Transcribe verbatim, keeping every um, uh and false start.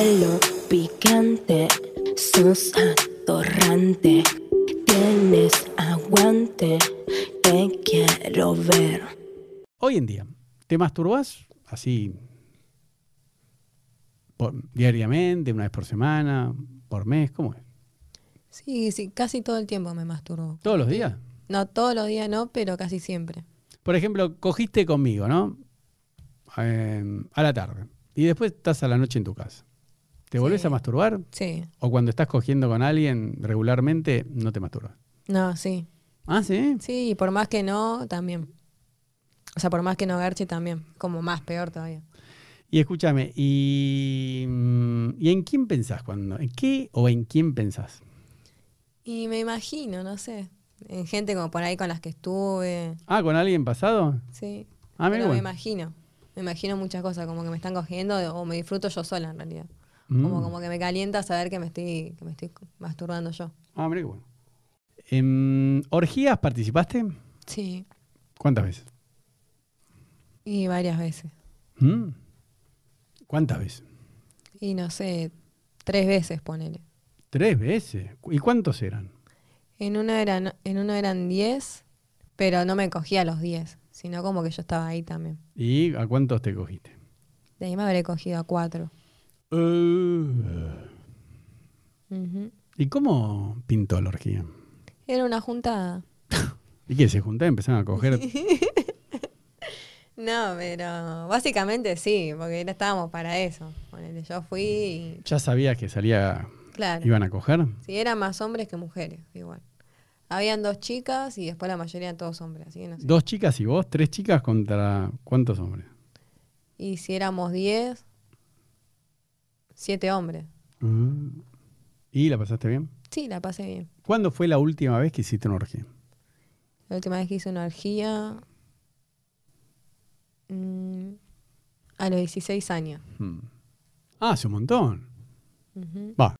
pelo picante, sos atorrante, tienes aguante, te quiero ver. Hoy en día, ¿te masturbás así por, diariamente, una vez por semana, por mes? ¿Cómo es? Sí, sí, casi todo el tiempo me masturbo. ¿Todos los días? No, todos los días no, pero casi siempre. Por ejemplo, cogiste conmigo, ¿no? Eh, a la tarde. Y después estás a la noche en tu casa. ¿Te volvés Sí. a masturbar? Sí. ¿O cuando estás cogiendo con alguien regularmente no te masturbas? No, sí. ¿Ah, sí? Sí, y por más que no, también. O sea, por más que no garche, también. Como más peor todavía. Y escúchame, ¿y, ¿y en quién pensás cuando? ¿En qué o en quién pensás? Y me imagino, no sé, en gente como por ahí con las que estuve. Ah, ¿con alguien pasado? Sí. Ah, mira, Pero me bueno. imagino. Me imagino muchas cosas, como que me están cogiendo o me disfruto yo sola en realidad. Mm. Como, como que me calienta saber que me estoy, que me estoy masturbando yo. Ah, mira qué bueno. ¿En orgías participaste? Sí. ¿Cuántas veces? Y varias veces. ¿Mm? ¿Cuántas veces? Y no sé, tres veces ponele. ¿Tres veces? ¿Y cuántos eran? En uno eran, en uno eran diez, pero no me cogía a los diez, sino como que yo estaba ahí también. ¿Y a cuántos te cogiste? De ahí me habré cogido a cuatro. Uh. Ujú. ¿Y cómo pintó la orgía? Era una juntada. ¿Y qué? ¿Se juntaron y empezaron a coger? No, pero básicamente sí, porque era- estábamos para eso. Ponele, yo fui y... ¿Ya sabías que salía, Claro. iban a coger? Sí, eran más hombres que mujeres, igual. Habían dos chicas y después la mayoría eran todos hombres, así que no sé. ¿Dos chicas y vos? ¿Tres chicas contra cuántos hombres? Y si éramos diez, siete hombres. Uh. ¿Y la pasaste bien? Sí, la pasé bien. ¿Cuándo fue la última vez que hiciste una orgía? La última vez que hice una orgía... mmm, a los dieciséis años. Hmm. Ah, hace un montón. Ujú. Va,